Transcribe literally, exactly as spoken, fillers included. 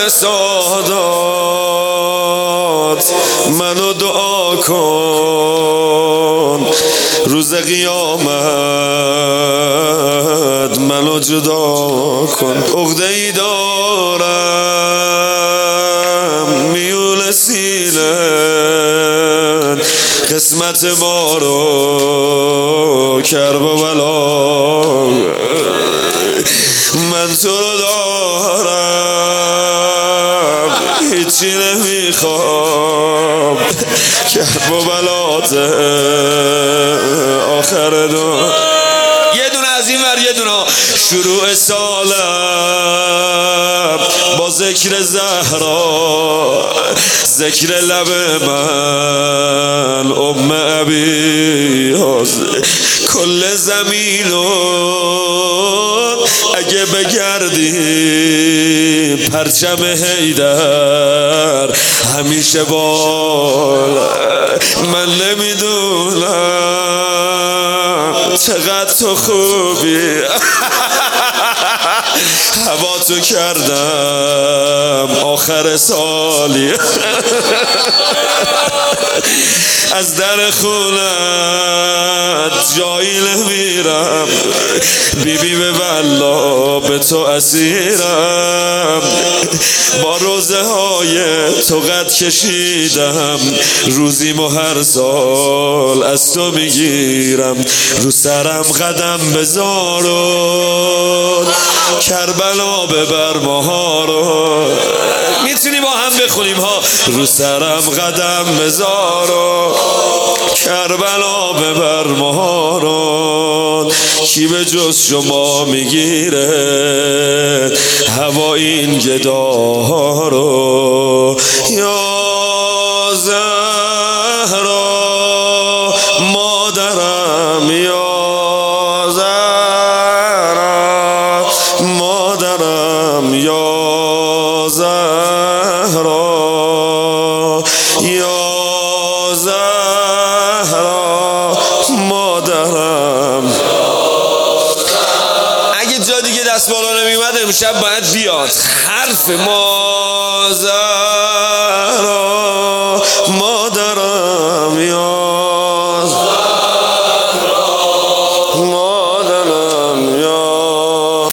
سادات منو دعا کن، روز قیامت منو جدا کن. عقده ای دارم میول سینه، قسمت ما رو کرب و بلا، من تو رو دارم هیچی نمیخوام، کرب و بلات آخر دو. یه دونه از این ور یه دونه. شروع سالم با ذکر زهرا، ذکر لب من ام ابیاز، کل زمینو اگه بگردی پرچم حیدر همیشه بالا. من نمیدونم چقدر تو خوبی، هوا تو کردم آخر سالی، از در خونت جایی نمیرم، بیبی به والله به تو اسیرم. با روزه های تو قد کشیدم، روزیمو هر سال از تو میگیرم. رو سرم قدم بذار و کربلا ببر ماها رو. میتونی با هم بخونیم ها. رو سرم قدم بذار و کربلا ببر ماها رو. کی به جز شما میگیره هوا این گداها رو. یا زهرا مادرم، یا زهرا مادرم، یا زهرا، یا زهرا مادرم. اگه جا دیگه دست بالا نمیومد امشب باید بیاد حرف ما زهرا.